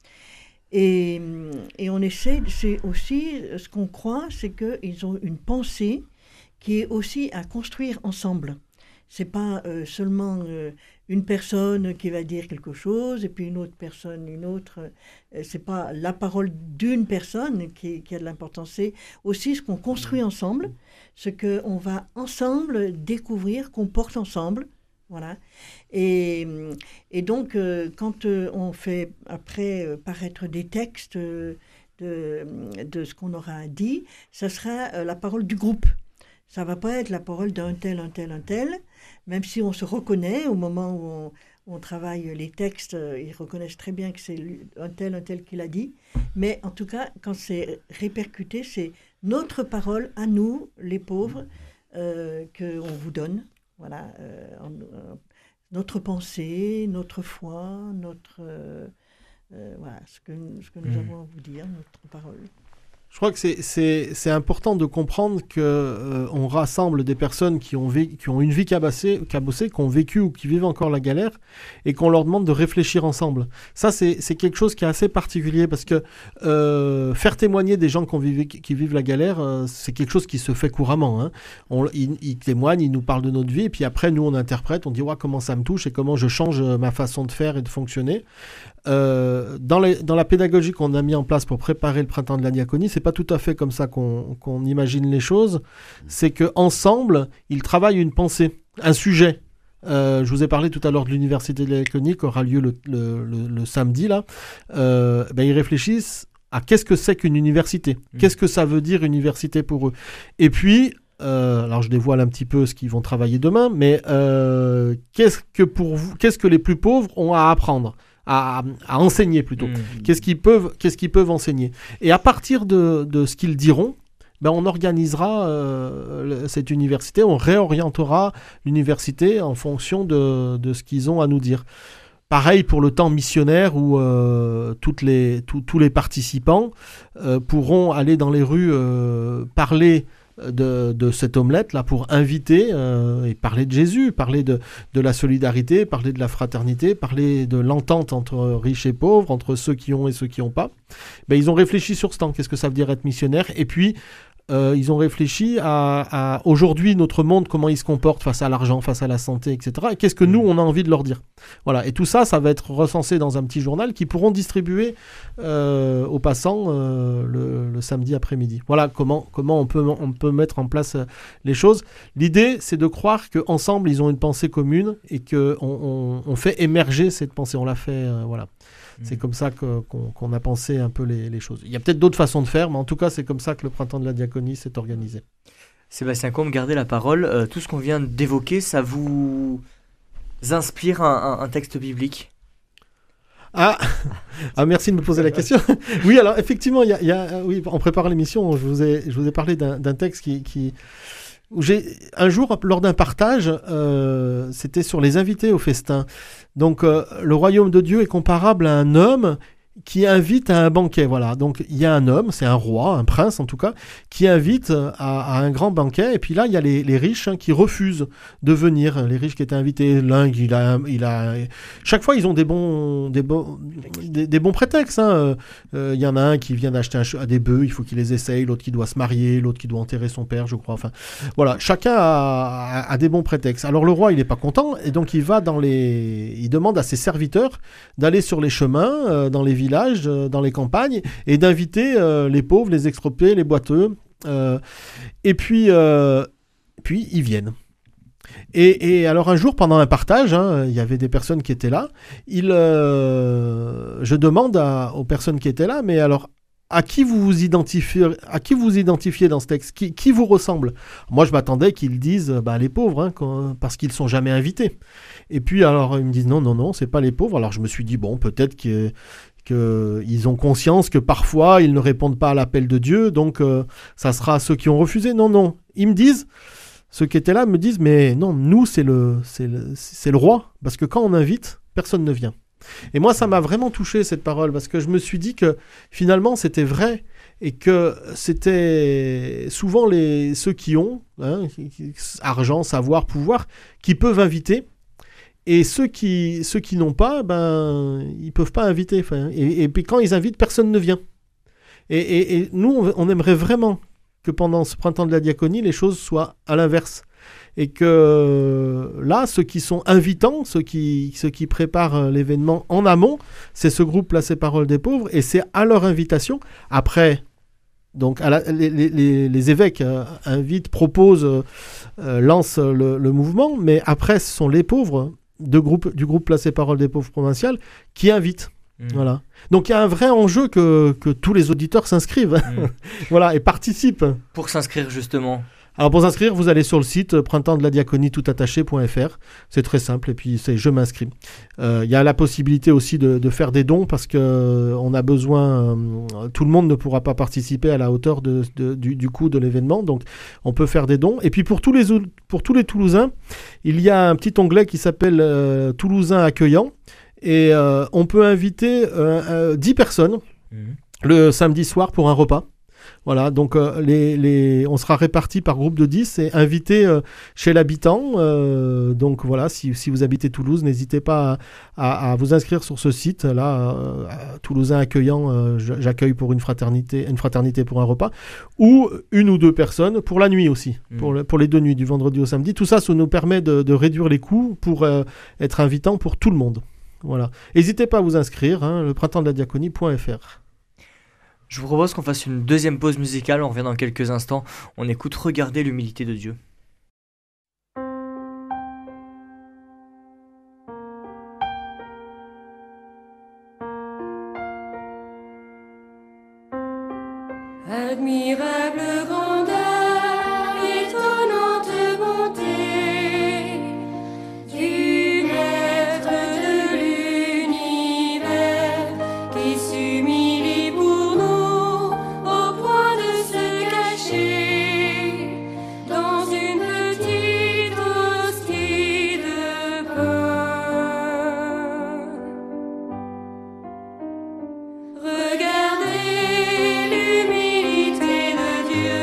Et, et on essaie, c'est aussi, ce qu'on croit, c'est qu'ils ont une pensée qui est aussi à construire ensemble. C'est pas euh, seulement euh, une personne qui va dire quelque chose et puis une autre personne, une autre. Euh, c'est pas la parole d'une personne qui, qui a de l'importance. C'est aussi ce qu'on construit ensemble, ce qu'on va ensemble découvrir, qu'on porte ensemble. Voilà. Et, et donc, euh, quand euh, on fait après euh, paraître des textes euh, de, de ce qu'on aura dit, ça sera euh, la parole du groupe. Ça ne va pas être la parole d'un tel, un tel, un tel, même si on se reconnaît au moment où on, où on travaille les textes, ils reconnaissent très bien que c'est un tel, un tel qui l'a dit. Mais en tout cas, quand c'est répercuté, c'est notre parole à nous, les pauvres, euh, qu'on vous donne. Voilà, euh, en, euh, notre pensée, notre foi, notre, euh, euh, voilà, ce que, ce que nous mmh. avons à vous dire, notre parole. Je crois que c'est, c'est, c'est important de comprendre qu'on euh, rassemble des personnes qui ont, vé- qui ont une vie cabossée, cabossée, qui ont vécu ou qui vivent encore la galère, et qu'on leur demande de réfléchir ensemble. Ça, c'est, c'est quelque chose qui est assez particulier, parce que euh, faire témoigner des gens qui, ont vivé, qui vivent la galère, euh, c'est quelque chose qui se fait couramment. Hein. On, ils, ils témoignent, ils nous parlent de notre vie, et puis après, nous, on interprète, on dit ouais, comment ça me touche et comment je change ma façon de faire et de fonctionner. Euh, dans, les, dans la pédagogie qu'on a mis en place pour préparer le printemps de la diaconie, c'est pas tout à fait comme ça qu'on, qu'on imagine les choses. C'est qu'ensemble, ils travaillent une pensée, un sujet. Euh, je vous ai parlé tout à l'heure de l'université de la diaconie qui aura lieu le, le, le, le samedi là. Euh, ben ils réfléchissent à qu'est-ce que c'est qu'une université, mmh. qu'est-ce que ça veut dire université pour eux. Et puis Euh, alors je dévoile un petit peu ce qu'ils vont travailler demain, mais euh, qu'est-ce que pour vous, qu'est-ce que les plus pauvres ont à apprendre, à, à enseigner plutôt. Mmh. Qu'est-ce qu'ils peuvent, qu'est-ce qu'ils peuvent enseigner. Et à partir de, de ce qu'ils diront, ben on organisera euh, cette université, on réorientera l'université en fonction de, de ce qu'ils ont à nous dire. Pareil pour le temps missionnaire où euh, toutes les, tout, tous les participants euh, pourront aller dans les rues euh, parler De, de cette omelette là pour inviter euh, et parler de Jésus, parler de, de la solidarité, parler de la fraternité, parler de l'entente entre riches et pauvres, entre ceux qui ont et ceux qui n'ont pas. Ben, ils ont réfléchi sur ce temps, qu'est-ce que ça veut dire être missionnaire, et puis euh, ils ont réfléchi à, à aujourd'hui notre monde, comment il se comporte face à l'argent, face à la santé, et cetera. Et qu'est-ce que nous on a envie de leur dire. Voilà. Et tout ça, ça va être recensé dans un petit journal qu'ils pourront distribuer euh, aux passants euh, le, le samedi après-midi. Voilà comment comment on peut on peut mettre en place euh, les choses. L'idée, c'est de croire qu'ensemble ils ont une pensée commune et que on, on, on fait émerger cette pensée. On l'a fait, euh, voilà. C'est comme ça que, qu'on, qu'on a pensé un peu les, les choses. Il y a peut-être d'autres façons de faire, mais en tout cas, c'est comme ça que le printemps de la diaconie s'est organisé. Sébastien Combe, gardez la parole. Euh, tout ce qu'on vient d'évoquer, ça vous inspire un, un, un texte biblique ? Ah, ah, merci de me poser la question. Oui, alors effectivement, il y a, il y a, oui, en préparant l'émission, je vous ai, je vous ai parlé d'un, d'un texte qui... qui où j'ai, un jour, lors d'un partage, euh, c'était sur les invités au festin. Donc, euh, le royaume de Dieu est comparable à un homme qui invite à un banquet. Voilà. Donc il y a un homme, c'est un roi, un prince en tout cas, qui invite à, à un grand banquet. Et puis là, il y a les, les riches hein, qui refusent de venir. Les riches qui étaient invités, l'un, il a, il a... Chaque fois, ils ont des bons, des bons, des, des bons prétextes. Hein. Euh, il y en a un qui vient d'acheter un, des bœufs, il faut qu'il les essaye. L'autre qui doit se marier, l'autre qui doit enterrer son père, je crois. Enfin, voilà. Chacun a, a, a des bons prétextes. Alors le roi, il n'est pas content. Et donc il va dans les... Il demande à ses serviteurs d'aller sur les chemins, euh, dans les villages, euh, dans les campagnes, et d'inviter euh, les pauvres, les expropriés, les boiteux. Euh, et puis, euh, puis, ils viennent. Et, et alors un jour, pendant un partage, hein, il y avait des personnes qui étaient là. Il, euh, je demande à, aux personnes qui étaient là, mais alors, à qui vous vous identifiez, à qui vous identifiez dans ce texte, qui, qui vous ressemble? Moi, je m'attendais qu'ils disent bah, les pauvres, hein, quand, parce qu'ils ne sont jamais invités. Et puis, alors, ils me disent non, non, non, c'est pas les pauvres. Alors, je me suis dit, bon, peut-être que qu'ils ont conscience que parfois, ils ne répondent pas à l'appel de Dieu, donc euh, ça sera ceux qui ont refusé. Non, non. Ils me disent, ceux qui étaient là me disent, mais non, nous, c'est le, c'est le, c'est le roi, parce que quand on invite, personne ne vient. Et moi, ça m'a vraiment touché, cette parole, parce que je me suis dit que finalement, c'était vrai, et que c'était souvent les, ceux qui ont, hein, argent, savoir, pouvoir, qui peuvent inviter. Et ceux qui, ceux qui n'ont pas, ben, ils ne peuvent pas inviter. Enfin, et, et puis quand ils invitent, personne ne vient. Et, et, et nous, on, on aimerait vraiment que pendant ce printemps de la diaconie, les choses soient à l'inverse. Et que là, ceux qui sont invitants, ceux qui, ceux qui préparent l'événement en amont, c'est ce groupe Là, c'est Parole des pauvres. Et c'est à leur invitation. Après, donc, à la, les, les, les évêques euh, invitent, proposent, euh, lancent le, le mouvement. Mais après, ce sont les pauvres de groupe, du groupe Là, c'est Parole des pauvres provinciales qui invitent. Mmh. Voilà. Donc il y a un vrai enjeu que, que tous les auditeurs s'inscrivent mmh. voilà, et participent. Pour s'inscrire justement. Alors pour s'inscrire, vous allez sur le site euh, printemps de la diaconie tout attaché point f r. C'est très simple et puis c'est je m'inscris. Il euh, y a la possibilité aussi de, de faire des dons parce que euh, on a besoin. Euh, tout le monde ne pourra pas participer à la hauteur de, de, du, du coût de l'événement, donc on peut faire des dons. Et puis pour tous les pour tous les Toulousains, il y a un petit onglet qui s'appelle euh, Toulousains accueillants et euh, on peut inviter euh, euh, dix personnes mmh. le samedi soir pour un repas. Voilà, donc euh, les, les, on sera répartis par groupe de dix et invités euh, chez l'habitant. Euh, donc voilà, si, si vous habitez Toulouse, n'hésitez pas à, à, à vous inscrire sur ce site. Là, euh, Toulousain accueillant, euh, j'accueille pour une fraternité, une fraternité pour un repas. Ou une ou deux personnes pour la nuit aussi, mmh. pour, le, pour les deux nuits, du vendredi au samedi. Tout ça, ça nous permet de, de réduire les coûts pour euh, être invitant pour tout le monde. Voilà. N'hésitez pas à vous inscrire, hein, le printemps de la diaconie point f r. Je vous propose qu'on fasse une deuxième pause musicale, on revient dans quelques instants. On écoute Regardez l'humilité de Dieu. Admirable grandeur, étonnante bonté du maître de l'univers qui s'humilie pour nous au point de se cacher dans une petite hostie de pain. Regardez l'humilité de Dieu.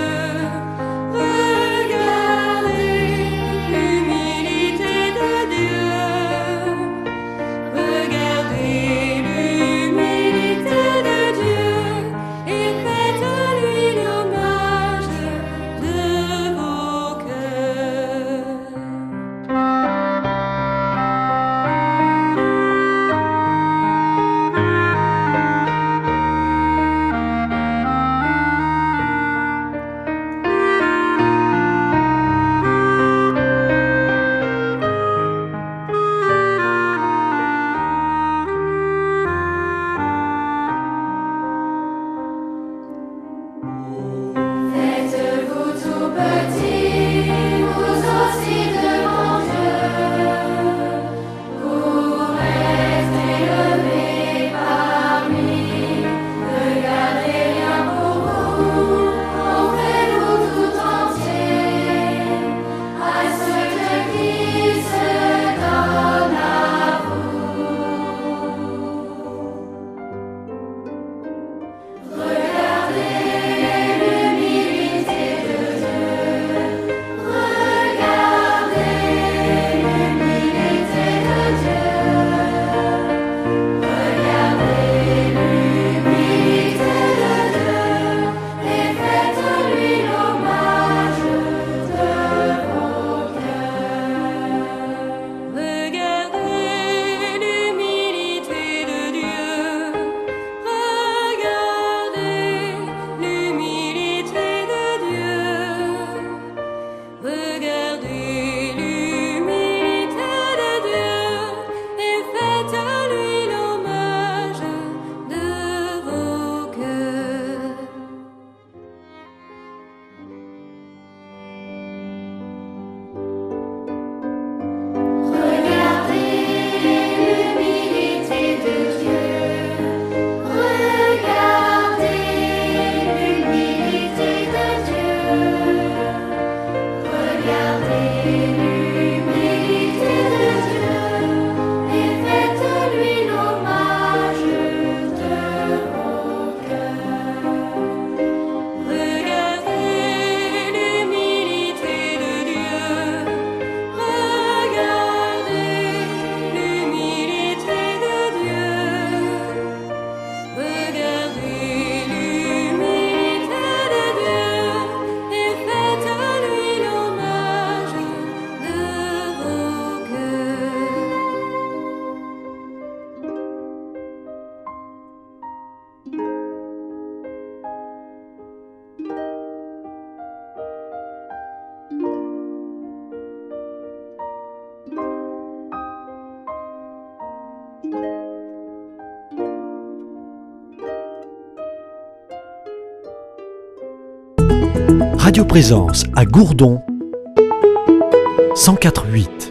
Radio Présence à Gourdon, cent quatre virgule huit.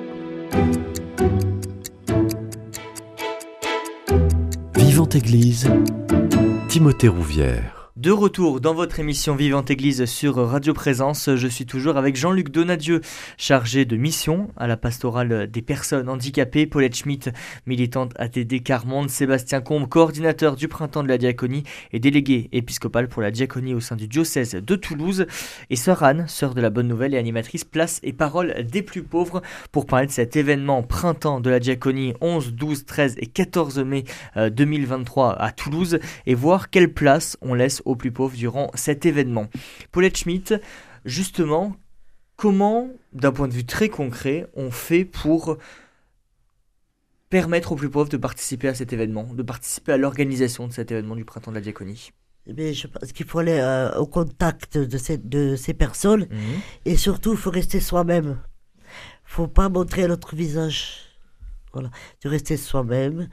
Vivante Église, Timothée Rouvière. De retour dans votre émission Vivante Église sur Radio Présence, je suis toujours avec Jean-Luc Donadieu, chargé de mission à la pastorale des personnes handicapées, Paulette Schmitt, militante A T D Carmonde, Sébastien Combe, coordinateur du Printemps de la Diaconie et délégué épiscopal pour la diaconie au sein du diocèse de Toulouse, et sœur Anne, sœur de la Bonne Nouvelle et animatrice Place et Parole des plus pauvres, pour parler de cet événement Printemps de la Diaconie onze, douze, treize et quatorze mai deux mille vingt-trois à Toulouse, et voir quelle place on laisse aux plus pauvres durant cet événement. Paulette Schmitt, justement, comment, d'un point de vue très concret, on fait pour permettre aux plus pauvres de participer à cet événement, de participer à l'organisation de cet événement du Printemps de la Diaconie? Eh bien, je pense qu'il faut aller euh, au contact de ces, de ces personnes, mmh. et surtout, il faut rester soi-même. Il ne faut pas montrer notre visage. Voilà, de rester soi-même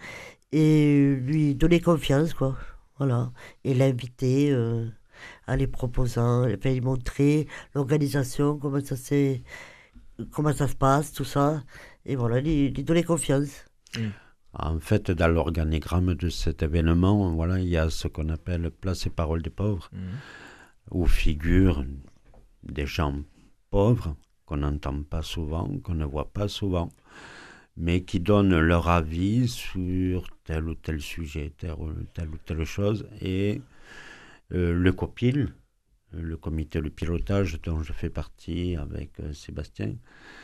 et lui donner confiance, quoi. Voilà, et l'inviter euh, à les proposant, enfin, lui montrer l'organisation, comment ça, c'est, comment ça se passe, tout ça, et voilà, lui, lui donner confiance. Mmh. En fait, dans l'organigramme de cet événement, voilà, il y a ce qu'on appelle Place et Parole des pauvres, mmh. où figurent des gens pauvres qu'on n'entend pas souvent, qu'on ne voit pas souvent, mais qui donnent leur avis sur tel ou tel sujet, telle ou telle, ou telle chose. Et euh, le COPIL, le comité de pilotage dont je fais partie avec euh, Sébastien,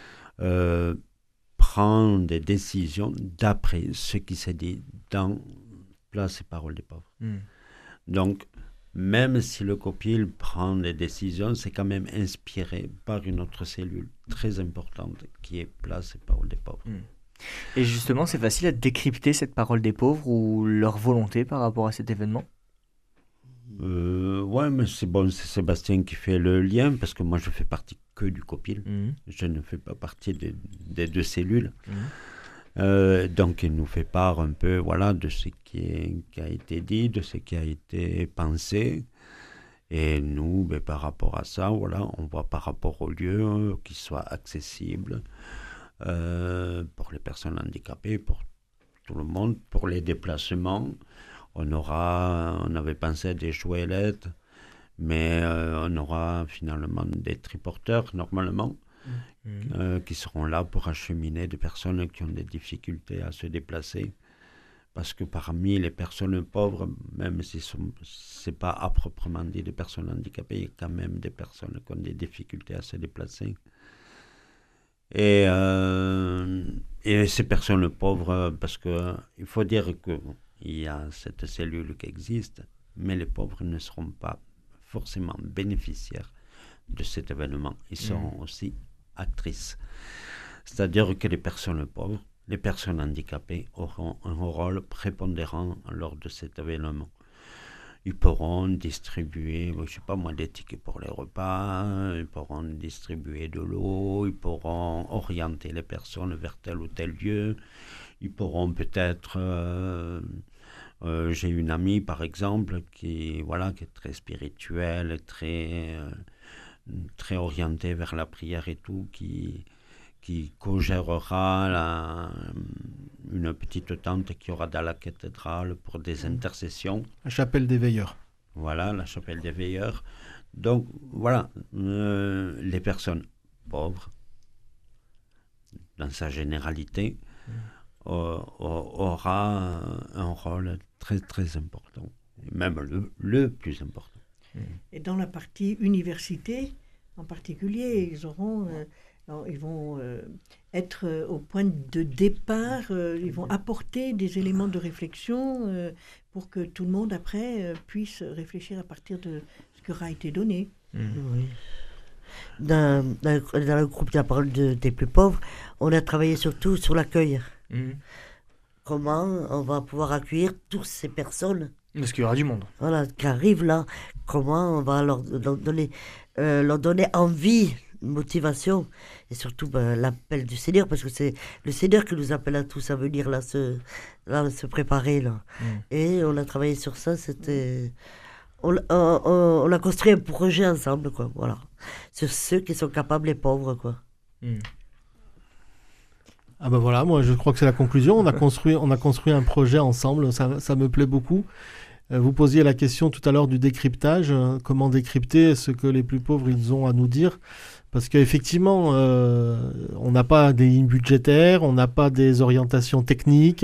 euh, prend des décisions d'après ce qui s'est dit dans Place et Parole des pauvres. Mmh. Donc, même si le COPIL prend des décisions, c'est quand même inspiré par une autre cellule très importante qui est Place et Parole des pauvres. Mmh. Et justement, c'est facile à décrypter cette parole des pauvres ou leur volonté par rapport à cet événement? euh, Ouais, mais c'est bon, c'est Sébastien qui fait le lien, parce que moi je fais partie que du COPIL. Mmh. Je ne fais pas partie des, des deux cellules. Mmh. Euh, donc il nous fait part un peu, voilà, de ce qui, est, qui a été dit, de ce qui a été pensé. Et nous, ben, par rapport à ça, voilà, on voit par rapport au lieu euh, qu'il soit accessible. Euh, pour les personnes handicapées, pour tout le monde, pour les déplacements. On aura, on avait pensé à des jouelettes, mais euh, on aura finalement des triporteurs normalement, mmh. euh, qui seront là pour acheminer des personnes qui ont des difficultés à se déplacer. Parce que parmi les personnes pauvres, même si ce n'est pas à proprement dit des personnes handicapées, il y a quand même des personnes qui ont des difficultés à se déplacer. Et, euh, et ces personnes pauvres, parce qu'il faut dire qu'il y a cette cellule qui existe, mais les pauvres ne seront pas forcément bénéficiaires de cet événement. Ils seront mmh. aussi actrices. C'est-à-dire que les personnes pauvres, les personnes handicapées auront un rôle prépondérant lors de cet événement. Ils pourront distribuer, je ne sais pas moi, des tickets pour les repas, ils pourront distribuer de l'eau, ils pourront orienter les personnes vers tel ou tel lieu, ils pourront peut-être... Euh, euh, j'ai une amie, par exemple, qui, voilà, qui est très spirituelle, très, euh, très orientée vers la prière et tout, qui... qui co-gérera la, une petite tente qui aura dans la cathédrale pour des intercessions. La chapelle des veilleurs. Voilà, la chapelle des veilleurs. Donc, voilà, euh, les personnes pauvres, dans sa généralité, mmh. euh, aura un rôle très, très important, même le, le plus important. Mmh. Et dans la partie université, en particulier, ils auront... Euh, Alors, ils vont euh, être euh, au point de départ, euh, ils vont apporter des éléments de réflexion euh, pour que tout le monde, après, euh, puisse réfléchir à partir de ce qui aura été donné. Mmh. Oui. Dans, dans, dans le groupe de la parole de, des plus pauvres, on a travaillé surtout sur l'accueil. Mmh. Comment on va pouvoir accueillir toutes ces personnes. Parce qu'il y aura du monde. Voilà, qui arrivent là. Comment on va leur, leur, donner, euh, leur donner envie, motivation, et surtout ben, l'appel du Seigneur, parce que c'est le Seigneur qui nous appelle à tous à venir là se, là, se préparer. Là. Mmh. Et on a travaillé sur ça, c'était on, on, on, on a construit un projet ensemble, quoi, voilà. Sur ceux qui sont capables, les pauvres, quoi. Mm. Ah ben voilà, moi je crois que c'est la conclusion. On a construit, on a construit un projet ensemble, ça, ça me plaît beaucoup. Euh, vous posiez la question tout à l'heure du décryptage, euh, comment décrypter ce que les plus pauvres ils ont à nous dire. Parce qu'effectivement, euh, on n'a pas des lignes budgétaires, on n'a pas des orientations techniques,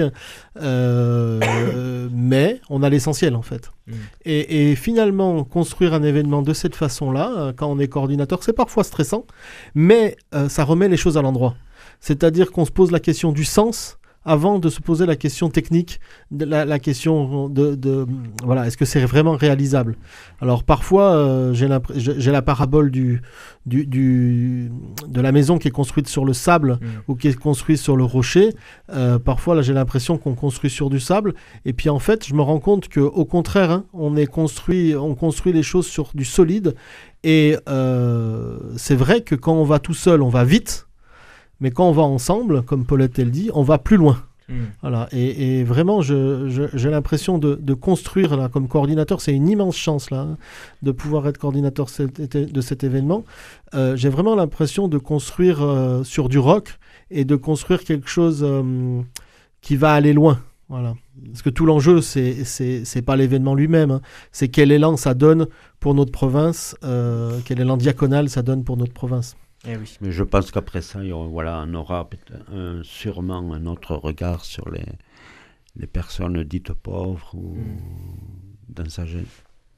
euh, mais on a l'essentiel en fait. Mmh. Et, et finalement, construire un événement de cette façon-là, euh, quand on est coordinateur, c'est parfois stressant, mais euh, ça remet les choses à l'endroit. C'est-à-dire qu'on se pose la question du sens avant de se poser la question technique, de la, la question de, de voilà, est-ce que c'est vraiment réalisable ? Alors parfois, euh, j'ai, j'ai la parabole du, du, du, de la maison qui est construite sur le sable mmh. ou qui est construite sur le rocher. Euh, parfois, là, j'ai l'impression qu'on construit sur du sable. Et puis en fait, je me rends compte qu'au contraire, hein, on, est construit, on construit les choses sur du solide. Et euh, c'est vrai que quand on va tout seul, on va vite. Mais quand on va ensemble, comme Paulette elle dit, on va plus loin. Mmh. Voilà. Et, et vraiment, je, je, j'ai l'impression de, de construire là, comme coordinateur, c'est une immense chance là, hein, de pouvoir être coordinateur de cet événement. Euh, j'ai vraiment l'impression de construire euh, sur du rock et de construire quelque chose euh, qui va aller loin. Voilà. Parce que tout l'enjeu, c'est, c'est, c'est pas l'événement lui-même, hein. C'est quel élan ça donne pour notre province, euh, quel élan diaconal ça donne pour notre province. Eh oui. Mais je pense qu'après ça, il y aura, voilà, on aura un, sûrement un autre regard sur les, les personnes dites pauvres ou mmh. dans sa jeune.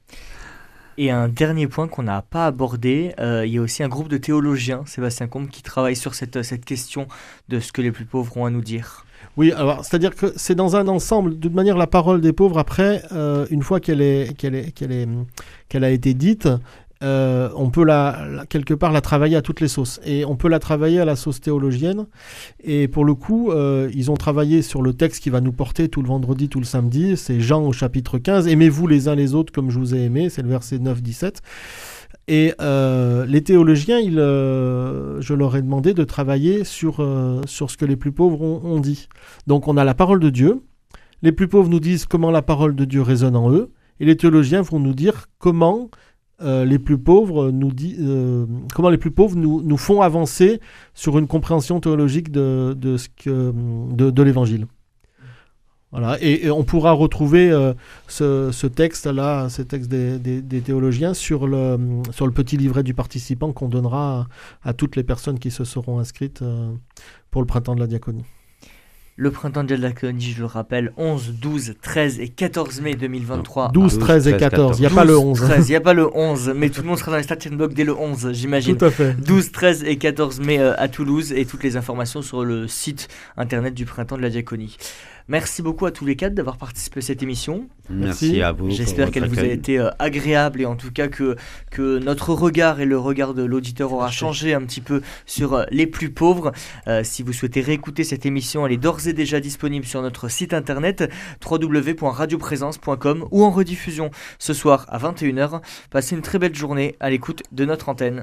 Et un dernier point qu'on n'a pas abordé, euh, il y a aussi un groupe de théologiens, Sébastien Combe, qui travaille sur cette, cette question de ce que les plus pauvres ont à nous dire. Oui, alors c'est-à-dire que c'est dans un ensemble. De toute manière, la parole des pauvres, après, euh, une fois qu'elle, est, qu'elle, est, qu'elle, est, qu'elle a été dite, Euh, on peut la, la, quelque part la travailler à toutes les sauces. Et on peut la travailler à la sauce théologienne. Et pour le coup, euh, ils ont travaillé sur le texte qui va nous porter tout le vendredi, tout le samedi. C'est Jean au chapitre quinze. Aimez-vous les uns les autres comme je vous ai aimé. C'est le verset neuf dix-sept. Et euh, les théologiens, ils, euh, je leur ai demandé de travailler sur, euh, sur ce que les plus pauvres ont, ont dit. Donc on a la parole de Dieu. Les plus pauvres nous disent comment la parole de Dieu résonne en eux. Et les théologiens vont nous dire comment... Euh, les plus pauvres nous dit, euh, comment les plus pauvres nous, nous font avancer sur une compréhension théologique de, de, ce que, de, de l'évangile. Voilà. Et, et on pourra retrouver euh, ce, ce texte-là, ce texte des, des, des théologiens sur le, sur le petit livret du participant qu'on donnera à, à toutes les personnes qui se seront inscrites euh, pour le printemps de la diaconie. Le printemps de la diaconie, je le rappelle, onze, douze, treize et quatorze mai deux mille vingt-trois. douze, treize et quatorze, il n'y a pas le onze. Il n'y a pas le onze, mais tout le monde sera dans les starting blocks dès le onze, j'imagine. Tout à fait. douze, treize et quatorze mai euh, à Toulouse et toutes les informations sur le site internet du printemps de la diaconie. Merci beaucoup à tous les quatre d'avoir participé à cette émission. Merci, Merci à vous. J'espère qu'elle vous a été euh, agréable et en tout cas que, que notre regard et le regard de l'auditeur aura changé un petit peu sur euh, les plus pauvres. Euh, si vous souhaitez réécouter cette émission, elle est d'ores et déjà disponible sur notre site internet w w w point radio présence point com ou en rediffusion ce soir à vingt et une heures. Passez une très belle journée à l'écoute de notre antenne.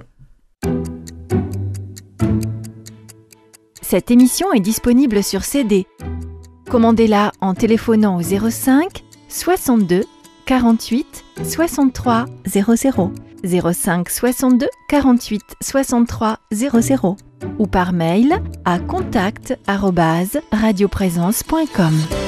Cette émission est disponible sur C D. Commandez-la en téléphonant au zéro cinq soixante-deux quarante-huit soixante-trois zéro zéro, zéro cinq soixante-deux quarante-huit soixante-trois zéro zéro ou par mail à contact arobase radio présence point com.